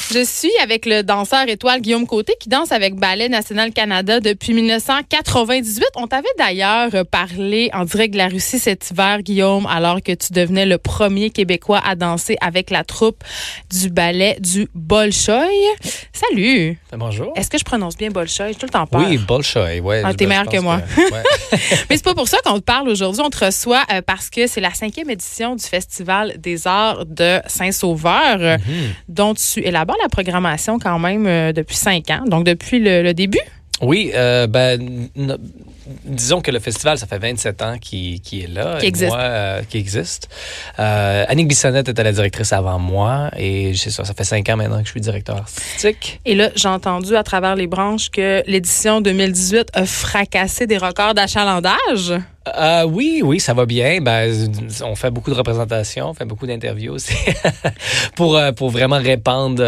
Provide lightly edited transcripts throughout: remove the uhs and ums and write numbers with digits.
Je suis avec le danseur étoile Guillaume Côté qui danse avec Ballet National Canada depuis 1998. On t'avait d'ailleurs parlé en direct de la Russie cet hiver, Guillaume, alors que tu devenais le premier Québécois à danser avec la troupe du ballet du Bolchoï. Salut! Bonjour. Est-ce que je prononce bien Bolchoï? J'ai tout le temps peur. Oui, Bolchoï, ouais. Ah, t'es meilleur que moi. Ouais. Mais c'est pas pour ça qu'on te parle aujourd'hui. On te reçoit parce que c'est la 5e édition du Festival des Arts de Saint-Sauveur, dont tu élabores la programmation quand même depuis 5 ans, donc depuis le début. Oui, disons que le festival, ça fait 27 ans qu'il est là. Qui existe. Qui existe. Annick Bissonnette était la directrice avant moi et c'est ça fait 5 ans maintenant que je suis directeur artistique. Et là, j'ai entendu à travers les branches que l'édition 2018 a fracassé des records d'achalandage. Oui, ça va bien. On fait beaucoup de représentations, on fait beaucoup d'interviews aussi pour vraiment répandre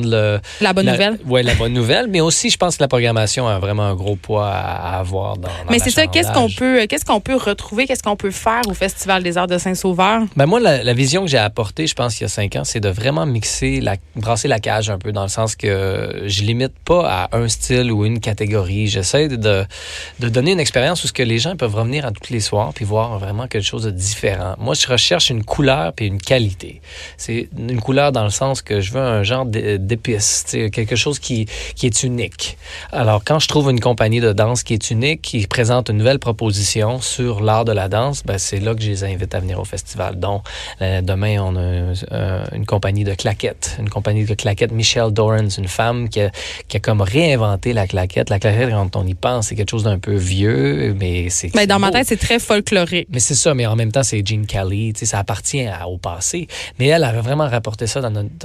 la bonne nouvelle. Oui, la bonne nouvelle. Mais aussi, je pense que la programmation a vraiment un gros poids à avoir dans Mais c'est ça. Qu'est-ce qu'on peut retrouver, qu'est-ce qu'on peut faire au Festival des Arts de Saint-Sauveur? Moi, la vision que j'ai apportée, je pense, il y a 5 ans, c'est de vraiment brasser la cage un peu, dans le sens que je limite pas à un style ou une catégorie. J'essaie de donner une expérience où ce que les gens peuvent revenir à tous les soirs puis voir vraiment quelque chose de différent. Moi, je recherche une couleur puis une qualité. C'est une couleur dans le sens que je veux un genre d'épice, quelque chose qui est unique. Alors, quand je trouve une compagnie de danse qui est unique, qui présente une nouvelle proposition sur l'art de la danse, c'est là que je les invite à venir au festival. Donc, demain, on a une compagnie de claquettes. Une compagnie de claquettes, Michelle Dorrance, une femme qui a comme réinventé la claquette. La claquette, quand on y pense, c'est quelque chose d'un peu vieux, mais c'est dans ma tête, c'est très folklorique. Mais c'est ça, mais en même temps, c'est Gene Kelly, ça appartient au passé. Mais elle a vraiment rapporté ça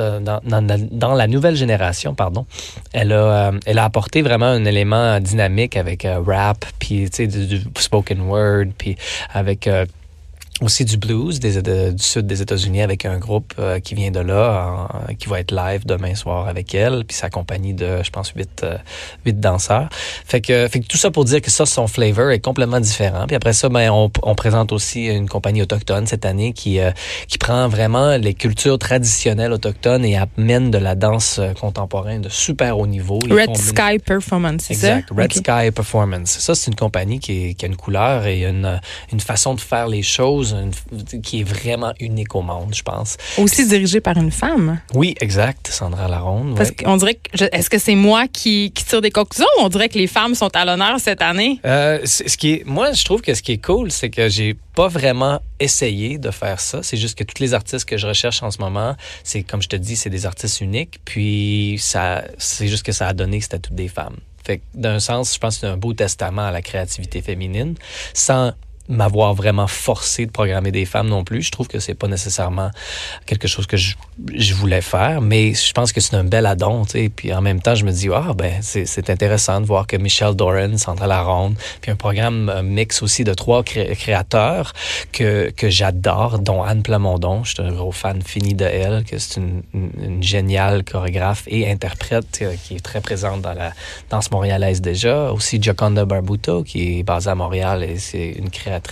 dans la nouvelle génération, pardon. Elle a apporté vraiment un élément dynamique avec rap, puis du spoken word, puis avec aussi du blues du sud des États-Unis avec un groupe qui vient de là, qui va être live demain soir avec elle, puis sa compagnie de, je pense, 8 danseurs. Fait que tout ça pour dire que ça, son flavor est complètement différent. Puis après ça, on présente aussi une compagnie autochtone cette année qui prend vraiment les cultures traditionnelles autochtones et amène de la danse contemporaine de super haut niveau. Red Sky Performance, c'est ça? Exact, Red Sky Performance. Ça, c'est une compagnie qui a une couleur et une façon de faire les choses qui est vraiment unique au monde, je pense. Aussi dirigée par une femme. Oui, exact, Sandra Laronde. Parce qu'on dirait que, est-ce que c'est moi qui tire des conclusions ou on dirait que les femmes sont à l'honneur cette année? Moi, je trouve que ce qui est cool, c'est que j'ai pas vraiment essayé de faire ça. C'est juste que tous les artistes que je recherche en ce moment, c'est, comme je te dis, c'est des artistes uniques. Puis, c'est juste que ça a donné que c'était toutes des femmes. Fait que, d'un sens, je pense que c'est un beau testament à la créativité féminine, sans m'avoir vraiment forcé de programmer des femmes non plus. Je trouve que c'est pas nécessairement quelque chose que je voulais faire, mais je pense que c'est un bel addon, tu sais. Puis en même temps, je me dis, c'est intéressant de voir que Michelle Dorrance, Sandra Laronde, puis un programme mix aussi de 3 créateurs que j'adore, dont Anne Plamondon. Je suis un gros fan fini de elle, que c'est une géniale chorégraphe et interprète qui est très présente dans la danse montréalaise déjà. Aussi Gioconda Barbuto, qui est basée à Montréal et c'est une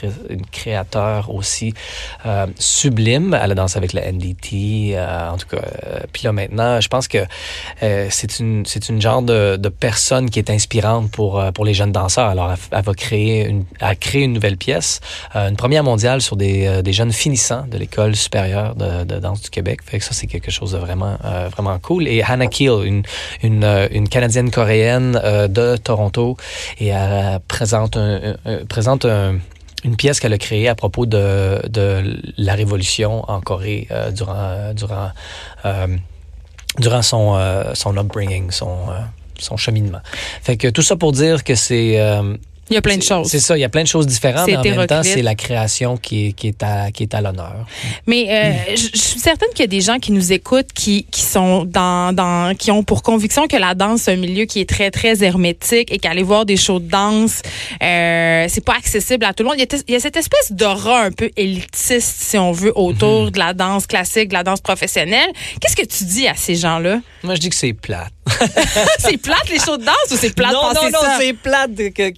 créateur aussi sublime. Elle a dansé avec le NDT, en tout cas. Puis là, maintenant, je pense que c'est une genre de personne qui est inspirante pour les jeunes danseurs. Alors, elle va créer une nouvelle pièce, une première mondiale sur des jeunes finissants de l'École supérieure de danse du Québec. Fait que ça, c'est quelque chose de vraiment, vraiment cool. Et Hannah Keel, une Canadienne-Coréenne de Toronto, et elle présente une pièce qu'elle a créée à propos de la révolution en Corée durant son upbringing, son cheminement. Fait que tout ça pour dire que c'est il y a plein de choses. C'est ça, il y a plein de choses différentes, mais en même temps, c'est la création qui est à l'honneur. Mais je suis certaine qu'il y a des gens qui nous écoutent qui sont qui ont pour conviction que la danse c'est un milieu qui est très très hermétique et qu'aller voir des shows de danse c'est pas accessible à tout le monde. Il y a cette espèce d'aura un peu élitiste, si on veut, autour de la danse classique, de la danse professionnelle. Qu'est-ce que tu dis à ces gens-là? Moi, je dis que c'est plate. C'est plate les shows de danse ou c'est plate penser ça? Non, c'est plate qu'il y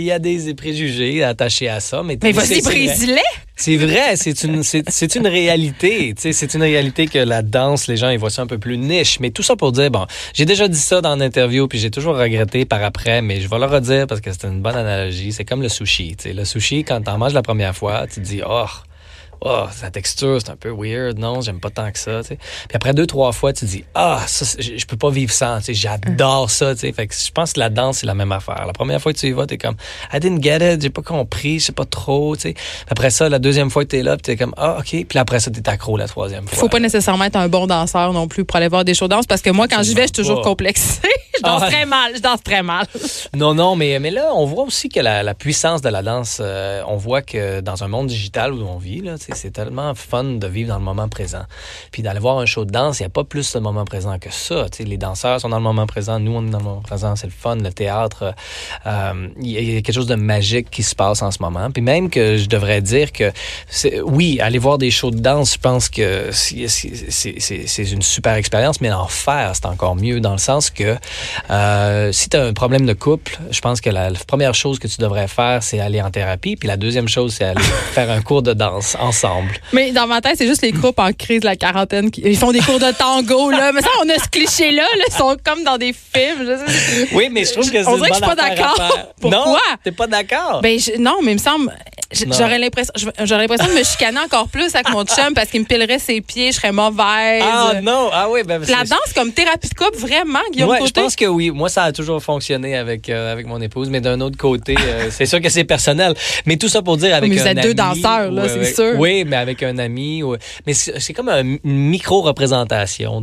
y a des préjugés attachés à ça. Mais vas-y, brise-les! C'est vrai, c'est une réalité. Tu sais, c'est une réalité que la danse, les gens, ils voient ça un peu plus niche. Mais tout ça pour dire, bon, j'ai déjà dit ça dans l'interview, puis j'ai toujours regretté par après, mais je vais le redire parce que c'est une bonne analogie. C'est comme le sushi. Tu sais, le sushi, quand t'en manges la première fois, tu te dis, sa texture, c'est un peu weird. Non, j'aime pas tant que ça, tu sais. Puis après 2-3 fois, tu te dis, ça, je peux pas vivre sans, tu sais. J'adore ça, tu sais. Fait que je pense que la danse, c'est la même affaire. La première fois que tu y vas, t'es comme, I didn't get it, j'ai pas compris, je sais pas trop, tu sais. Après ça, la deuxième fois que t'es là, t'es comme, OK. Puis après ça, t'es accro la troisième fois. Faut pas nécessairement être un bon danseur non plus pour aller voir des shows de danse parce que moi, quand j'y vais, je suis toujours complexée. Je danse très mal. Non, mais là, on voit aussi que la puissance de la danse, on voit que dans un monde digital où on vit, là, c'est tellement fun de vivre dans le moment présent. Puis d'aller voir un show de danse, il n'y a pas plus de moment présent que ça. T'sais, les danseurs sont dans le moment présent, nous, on est dans le moment présent, c'est le fun, le théâtre. Il y a quelque chose de magique qui se passe en ce moment. Puis même que je devrais dire que, oui, aller voir des shows de danse, je pense que c'est une super expérience, mais en faire, c'est encore mieux dans le sens que si tu as un problème de couple, je pense que la première chose que tu devrais faire, c'est aller en thérapie. Puis la deuxième chose, c'est aller faire un cours de danse ensemble. Mais dans ma tête, c'est juste les couples en crise de la quarantaine ils font des cours de tango, là. Mais ça, on a ce cliché-là, ils sont comme dans des films. Oui, mais je trouve que c'est on dirait que je suis pas d'accord. Pourquoi? Non, t'es pas d'accord? Non, mais il me semble... J'aurais l'impression de me chicaner encore plus avec mon chum parce qu'il me pilerait ses pieds, je serais mauvaise. Oui. La danse comme thérapie de couple, vraiment, Guillaume Côté? Je pense que oui. Moi, ça a toujours fonctionné avec mon épouse, mais d'un autre côté, c'est sûr que c'est personnel. Mais tout ça pour dire avec un ami... Mais vous êtes deux danseurs, là, c'est sûr. Oui, mais avec un ami. Mais c'est comme une micro-représentation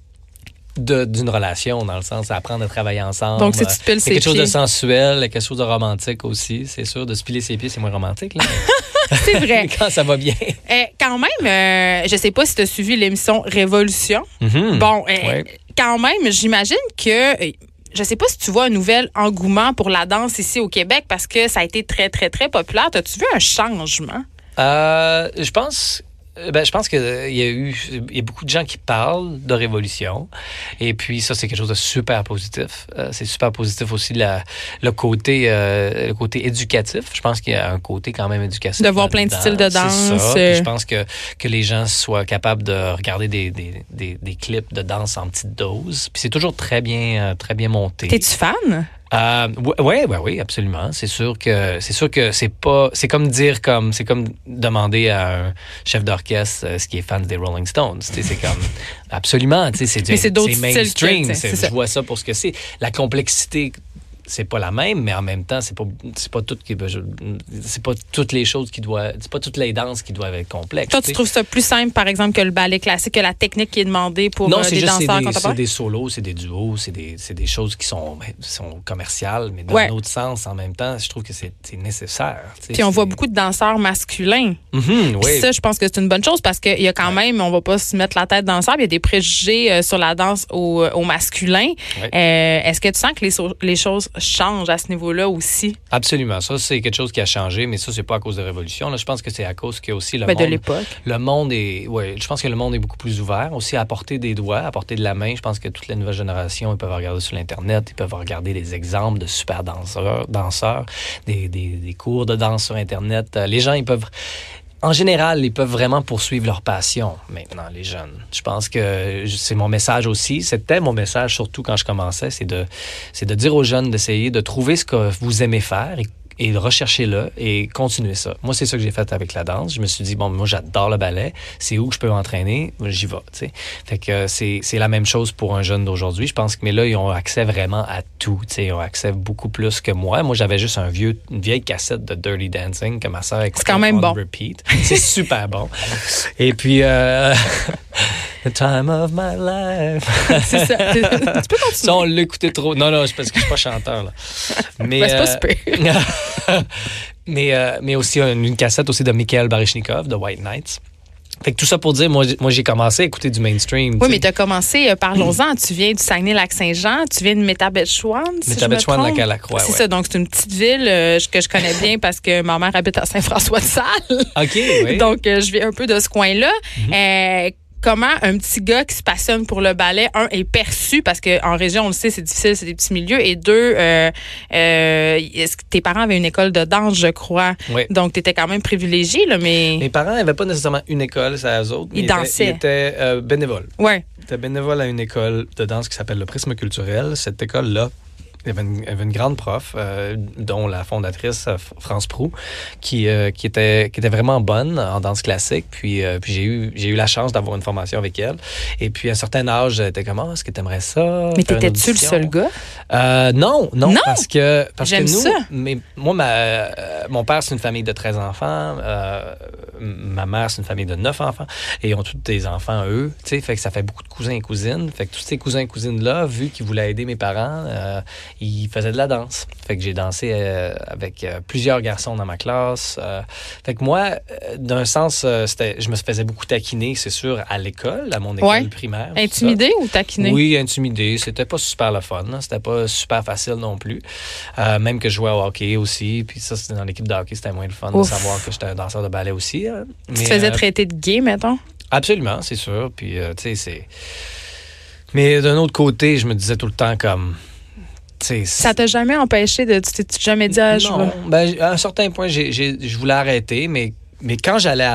d'une relation, dans le sens d'apprendre à travailler ensemble. Donc, si tu te piles ses pieds. C'est quelque chose de sensuel, quelque chose de romantique aussi. C'est sûr, de se piler ses pieds, c'est moins romantique. Là, c'est vrai. Quand ça va bien. Quand même, je sais pas si tu as suivi l'émission Révolution. Mm-hmm. Bon, quand même, j'imagine que... Je sais pas si tu vois un nouvel engouement pour la danse ici au Québec parce que ça a été très, très, très populaire. As-tu vu un changement? Je pense qu'il y a beaucoup de gens qui parlent de révolution. Et puis, ça, c'est quelque chose de super positif. C'est super positif aussi le côté éducatif. Je pense qu'il y a un côté quand même éducatif. De voir plein de styles de danse. C'est ça. Puis je pense que les gens soient capables de regarder des clips de danse en petite dose. Puis c'est toujours très bien monté. T'es-tu fan? Oui, absolument. C'est sûr que c'est comme demander à un chef d'orchestre ce qui est fan des Rolling Stones. C'est comme absolument. C'est mainstream. Je vois ça pour ce que c'est. La complexité. C'est pas la même, mais en même temps, c'est pas toutes les choses c'est pas toutes les danses qui doivent être complexes. Toi, tu trouves ça plus simple, par exemple, que le ballet classique, que la technique qui est demandée pour des danseurs contemporains? C'est des solos, c'est des duos, c'est des choses qui sont commerciales, mais dans un autre sens, en même temps, je trouve que c'est nécessaire. Puis on voit beaucoup de danseurs masculins. Mm-hmm, oui. Ça, je pense que c'est une bonne chose parce qu'il y a quand même, on va pas se mettre la tête dans le sable, il y a des préjugés sur la danse au masculin. Oui. Est-ce que tu sens que les choses change à ce niveau-là aussi? Absolument. Ça, c'est quelque chose qui a changé, mais ça, c'est pas à cause de Révolution. Là, je pense que c'est à cause que aussi le monde... de l'époque. Le monde est... Oui, je pense que le monde est beaucoup plus ouvert. Aussi, à portée des doigts, à portée de la main. Je pense que toutes les nouvelles générations, ils peuvent regarder sur l'Internet, ils peuvent regarder des exemples de super danseurs, des cours de danse sur Internet. Les gens, ils peuvent... En général, ils peuvent vraiment poursuivre leur passion maintenant, les jeunes. Je pense que c'est mon message aussi. C'était mon message, surtout quand je commençais, c'est de dire aux jeunes d'essayer de trouver ce que vous aimez faire et recherchez-le et continuez ça. Moi, c'est ça que j'ai fait avec la danse. Je me suis dit, moi, j'adore le ballet. C'est où que je peux m'entraîner? J'y vais, tu sais. Fait que c'est la même chose pour un jeune d'aujourd'hui. Je pense que, mais là, ils ont accès vraiment à tout, tu sais. Ils ont accès beaucoup plus que moi. Moi, j'avais juste une vieille cassette de Dirty Dancing que ma sœur écoutait. C'est quand même bon. Repeat. C'est super bon. Et puis, The time of my life. C'est ça. Tu peux continuer. Ça, on l'écoutait trop. Non, c'est parce que je suis pas chanteur, là. Mais, c'est pas super. mais aussi une cassette aussi de Mikhail Baryshnikov, de White Nights. Fait que tout ça pour dire, moi j'ai commencé à écouter du mainstream. Oui, mais tu as commencé, parlons-en, tu viens du Saguenay-Lac-Saint-Jean, tu viens de Métabetchouan, si Métabetchouan, la Calacroix, c'est ça, donc c'est une petite ville que je connais bien parce que ma mère habite à Saint-François-de-Sales. OK, oui. Donc, je viens un peu de ce coin-là. comment un petit gars qui se passionne pour le ballet, un, est perçu, parce qu'en région, on le sait, c'est difficile, c'est des petits milieux, et deux, est-ce que tes parents avaient une école de danse, je crois. Oui. Donc, tu étais quand même privilégié, là, mais... Mes parents n'avaient pas nécessairement une école, c'est eux autres. Ils dansaient. Ils étaient bénévoles. Ouais. Ils étaient bénévoles à une école de danse qui s'appelle le Prisme culturel. Cette école-là, il y avait une grande prof, dont la fondatrice, France Proulx, qui était vraiment bonne en danse classique. Puis j'ai eu la chance d'avoir une formation avec elle. Et puis à un certain âge, j'étais comme, est-ce que tu aimerais ça? Mais t'étais-tu le seul gaa? Non, parce que J'aime nous, ça. moi, mon père, c'est une famille de 13 enfants. Ma mère, c'est une famille de 9 enfants. Et ils ont tous des enfants, eux. Tu sais, fait que ça fait beaucoup de cousins et cousines. Fait que tous ces cousins et cousines-là, vu qu'ils voulaient aider mes parents, ils faisaient de la danse. Fait que j'ai dansé avec plusieurs garçons dans ma classe. Fait que moi, d'un sens, je me faisais beaucoup taquiner, c'est sûr, à l'école, à mon école primaire. Intimidé ou taquiné? Oui, intimidé. C'était pas super le fun. Hein. C'était pas super facile non plus. Même que je jouais au hockey aussi. Puis ça, c'était dans l'équipe de hockey, c'était moins le fun de savoir que j'étais un danseur de ballet aussi. Hein. Tu te faisais traiter de gay, mettons? Absolument, c'est sûr. Puis, tu sais, c'est... Mais d'un autre côté, je me disais tout le temps comme... Ça t'a jamais empêché de... Tu t'es jamais dit... Non, à un certain point, je voulais arrêter, mais quand j'allais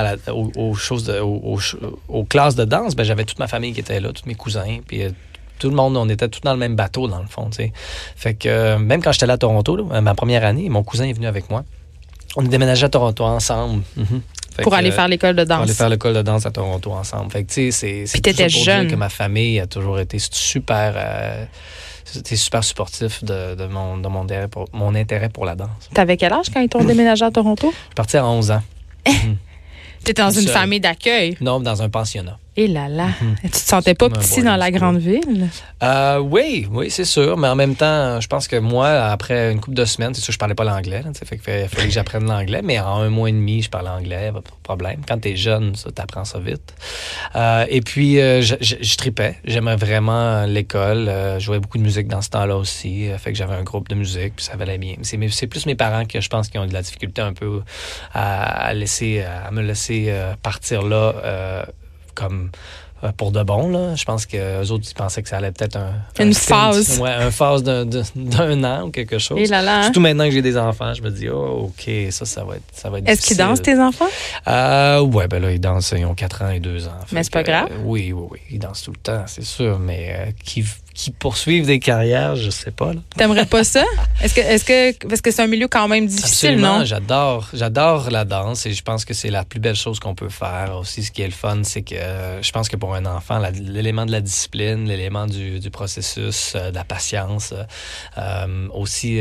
aux classes de danse, j'avais toute ma famille qui était là, tous mes cousins, puis tout le monde, on était tous dans le même bateau, dans le fond, tu sais. Fait que même quand j'étais là à Toronto, là, ma première année, mon cousin est venu avec moi. On est déménagé à Toronto ensemble. Pour aller faire l'école de danse. Pour aller faire l'école de danse à Toronto ensemble. Fait que, tu sais, c'est t'étais pour jeune. dire que ma famille a toujours été super... C'était super supportif de mon intérêt pour la danse. T'avais quel âge quand ils t'ont déménagé à Toronto? Je suis parti à 11 ans. T'étais dans une famille d'accueil? Non, dans un pensionnat. Et là là, tu te sentais pas petit dans la grande ville? Oui, c'est sûr. Mais en même temps, je pense que moi, après une couple de semaines, c'est sûr que je parlais pas l'anglais. Fait qu'il fallait que j'apprenne l'anglais. Mais en 1 mois et demi, je parlais anglais, pas de problème. Quand t'es jeune, ça, t'apprends ça vite. Et puis, je tripais. J'aimais vraiment l'école. Je jouais beaucoup de musique dans ce temps-là aussi. Fait que j'avais un groupe de musique, puis ça valait bien. C'est plus mes parents que je pense qui ont de la difficulté un peu à me laisser partir là comme pour de bon, là. Je pense qu'eux autres, ils pensaient que ça allait peut-être une phase. Une phase d'un an ou quelque chose. Et là là. Surtout maintenant que j'ai des enfants, je me dis, OK, ça va être difficile. Est-ce qu'ils dansent, tes enfants? Ouais, là, ils dansent, ils ont 4 ans et 2 ans. Mais c'est pas grave? Oui, ils dansent tout le temps, c'est sûr, mais qui poursuivent des carrières, je sais pas. Là. T'aimerais pas ça? Est-ce que parce que c'est un milieu quand même difficile, absolument, non? J'adore la danse et je pense que c'est la plus belle chose qu'on peut faire. Aussi, ce qui est le fun, c'est que je pense que pour un enfant, l'élément de la discipline, l'élément du processus, de la patience, aussi,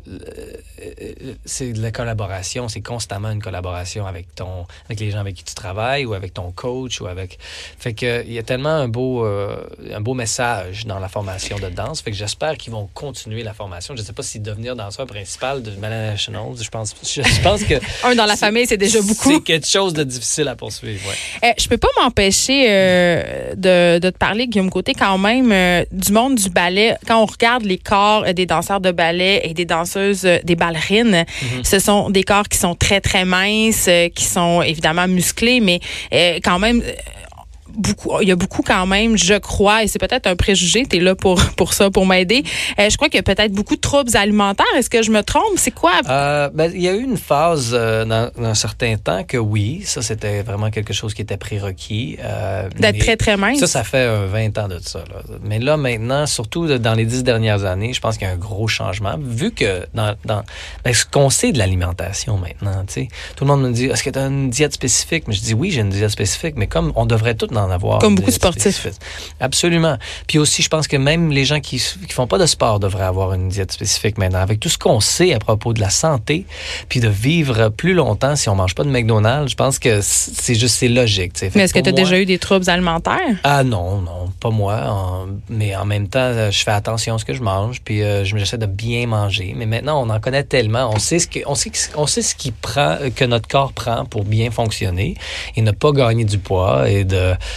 c'est de la collaboration. C'est constamment une collaboration avec les gens avec qui tu travailles ou avec ton coach ou avec... Fait que il y a tellement un beau message dans la formation de danse. Fait que j'espère qu'ils vont continuer la formation. Je ne sais pas si devenir danseur principal de Ballet National, je pense que... Un dans la famille, c'est déjà beaucoup. C'est quelque chose de difficile à poursuivre, ouais. Je peux pas m'empêcher de te parler, Guillaume Côté, quand même, du monde du ballet. Quand on regarde les corps des danseurs de ballet et des danseuses, des ballerines, ce sont des corps qui sont très, très minces, qui sont évidemment musclés, mais quand même... il y a beaucoup quand même, je crois, et c'est peut-être un préjugé, tu es là pour ça, pour m'aider. Je crois qu'il y a peut-être beaucoup de troubles alimentaires. Est-ce que je me trompe? C'est quoi? Il y a eu une phase dans un certain temps que oui, ça c'était vraiment quelque chose qui était prérequis. D'être très, très mince? Ça fait 20 ans de ça. Là. Mais là, maintenant, surtout dans les 10 dernières années, je pense qu'il y a un gros changement. Vu que ce qu'on sait de l'alimentation maintenant, tu sais, tout le monde me dit, est-ce que tu as une diète spécifique? Mais je dis oui, j'ai une diète spécifique, mais comme on devrait tout en avoir. Comme beaucoup de sportifs. Absolument. Puis aussi, je pense que même les gens qui font pas de sport devraient avoir une diète spécifique maintenant. Avec tout ce qu'on sait à propos de la santé, puis de vivre plus longtemps si on mange pas de McDonald's, je pense que c'est logique. T'sais. Mais est-ce que tu as déjà eu des troubles alimentaires? Ah non, pas moi. Mais en même temps, je fais attention à ce que je mange, puis j'essaie de bien manger. Mais maintenant, on en connaît tellement. On sait ce qui prend, que notre corps prend pour bien fonctionner et ne pas gagner du poids et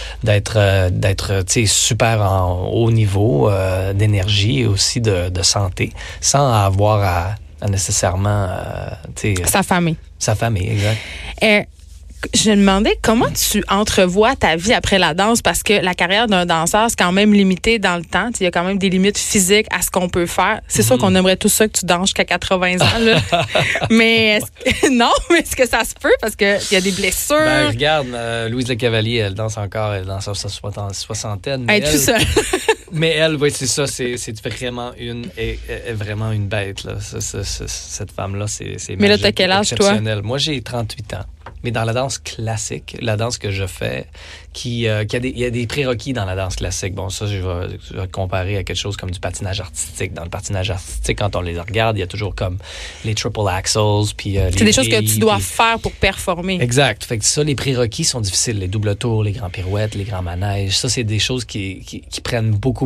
d'être super en haut niveau d'énergie et aussi de santé sans avoir à nécessairement s'affamer. S'affamer, exact. je me demandais comment tu entrevois ta vie après la danse, parce que la carrière d'un danseur, c'est quand même limité dans le temps. Il y a quand même des limites physiques à ce qu'on peut faire. C'est sûr qu'on aimerait tout ça que tu danses jusqu'à 80 ans. Là. Mais non, mais est-ce que ça se peut? Parce qu'il y a des blessures. Ben, regarde, Louise Lecavalier, elle danse encore, elle danse à sa soixantaine. Elle est tout seule. Mais elle, oui, c'est ça, c'est vraiment vraiment une bête, là. Cette femme-là, c'est mais là, t'as quel âge, toi? Moi, j'ai 38 ans. Mais dans la danse classique, la danse que je fais, il y a des prérequis dans la danse classique. Bon, ça, je vais comparer à quelque chose comme du patinage artistique. Dans le patinage artistique, quand on les regarde, il y a toujours comme les triple axels, puis c'est des choses que tu dois faire pour performer. Exact. Fait que ça, les prérequis sont difficiles. Les doubles tours, les grands pirouettes, les grands manèges. Ça, c'est des choses qui prennent beaucoup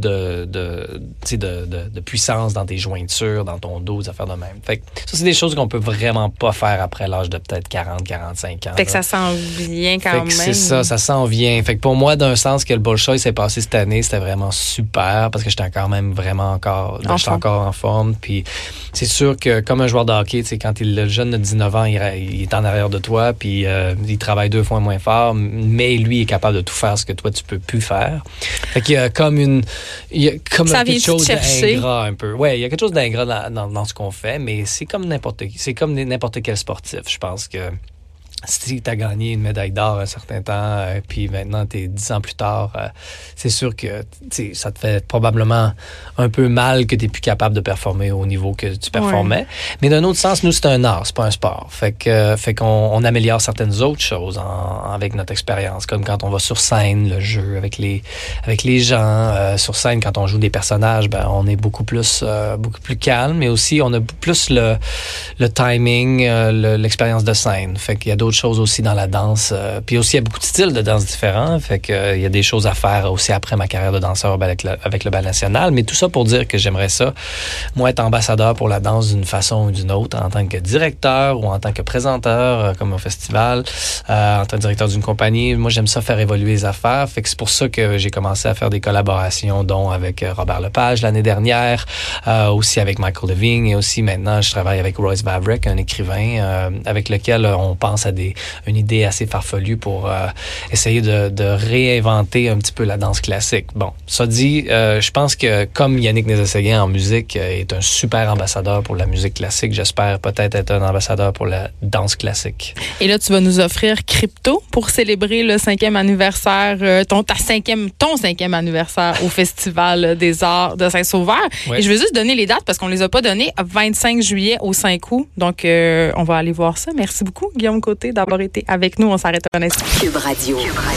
de puissance dans tes jointures, dans ton dos, des affaires de même. Fait que ça, c'est des choses qu'on peut vraiment pas faire après l'âge de peut-être 40-45 ans. Fait que ça s'en vient quand même. C'est ça s'en vient. Fait que pour moi, d'un sens que le Bolshoi s'est passé cette année, c'était vraiment super parce que j'étais quand même vraiment encore en forme. Puis c'est sûr que comme un joueur de hockey, tu sais, quand le jeune de 19 ans, il est en arrière de toi, puis il travaille 2 fois moins fort, mais lui est capable de tout faire ce que toi tu peux plus faire. Fait qu'il y a comme quelque chose d'ingrat un peu. Ouais, il y a quelque chose d'ingrat dans ce qu'on fait, mais c'est comme n'importe quel sportif. Je pense que si tu as gagné une médaille d'or un certain temps, puis maintenant, t'es 10 ans plus tard, c'est sûr que ça te fait probablement un peu mal que tu n'es plus capable de performer au niveau que tu performais. Ouais. Mais d'un autre sens, nous, c'est un art, c'est pas un sport. Fait qu'on améliore certaines autres choses avec notre expérience, comme quand on va sur scène, le jeu avec les gens. Sur scène, quand on joue des personnages, ben, on est beaucoup plus calme, mais aussi on a plus le timing, l'expérience de scène. Fait qu'il y a d'autres choses aussi dans la danse. Puis aussi, il y a beaucoup de styles de danse différents. Fait que il y a des choses à faire aussi après ma carrière de danseur avec le Ballet National. Mais tout ça pour dire que j'aimerais ça, moi, être ambassadeur pour la danse d'une façon ou d'une autre, en tant que directeur ou en tant que présenteur, comme au festival, en tant que directeur d'une compagnie. Moi, j'aime ça faire évoluer les affaires. Fait que c'est pour ça que j'ai commencé à faire des collaborations, dont avec Robert Lepage l'année dernière, aussi avec Michael Levine, et aussi maintenant, je travaille avec Royce Vavrek, un écrivain avec lequel on pense à une idée assez farfelue pour essayer de réinventer un petit peu la danse classique. Bon, ça dit, je pense que comme Yannick Nézet-Séguin en musique est un super ambassadeur pour la musique classique, j'espère peut-être être un ambassadeur pour la danse classique. Et là, tu vas nous offrir Crypto pour célébrer le 5e anniversaire, ton 5e anniversaire au Festival des Arts de Saint-Sauveur. Oui. Et je veux juste donner les dates parce qu'on les a pas données. 25 juillet au 5 août. Donc, on va aller voir ça. Merci beaucoup, Guillaume Côté, d'avoir été avec nous. On s'arrête un instant. Cube Radio.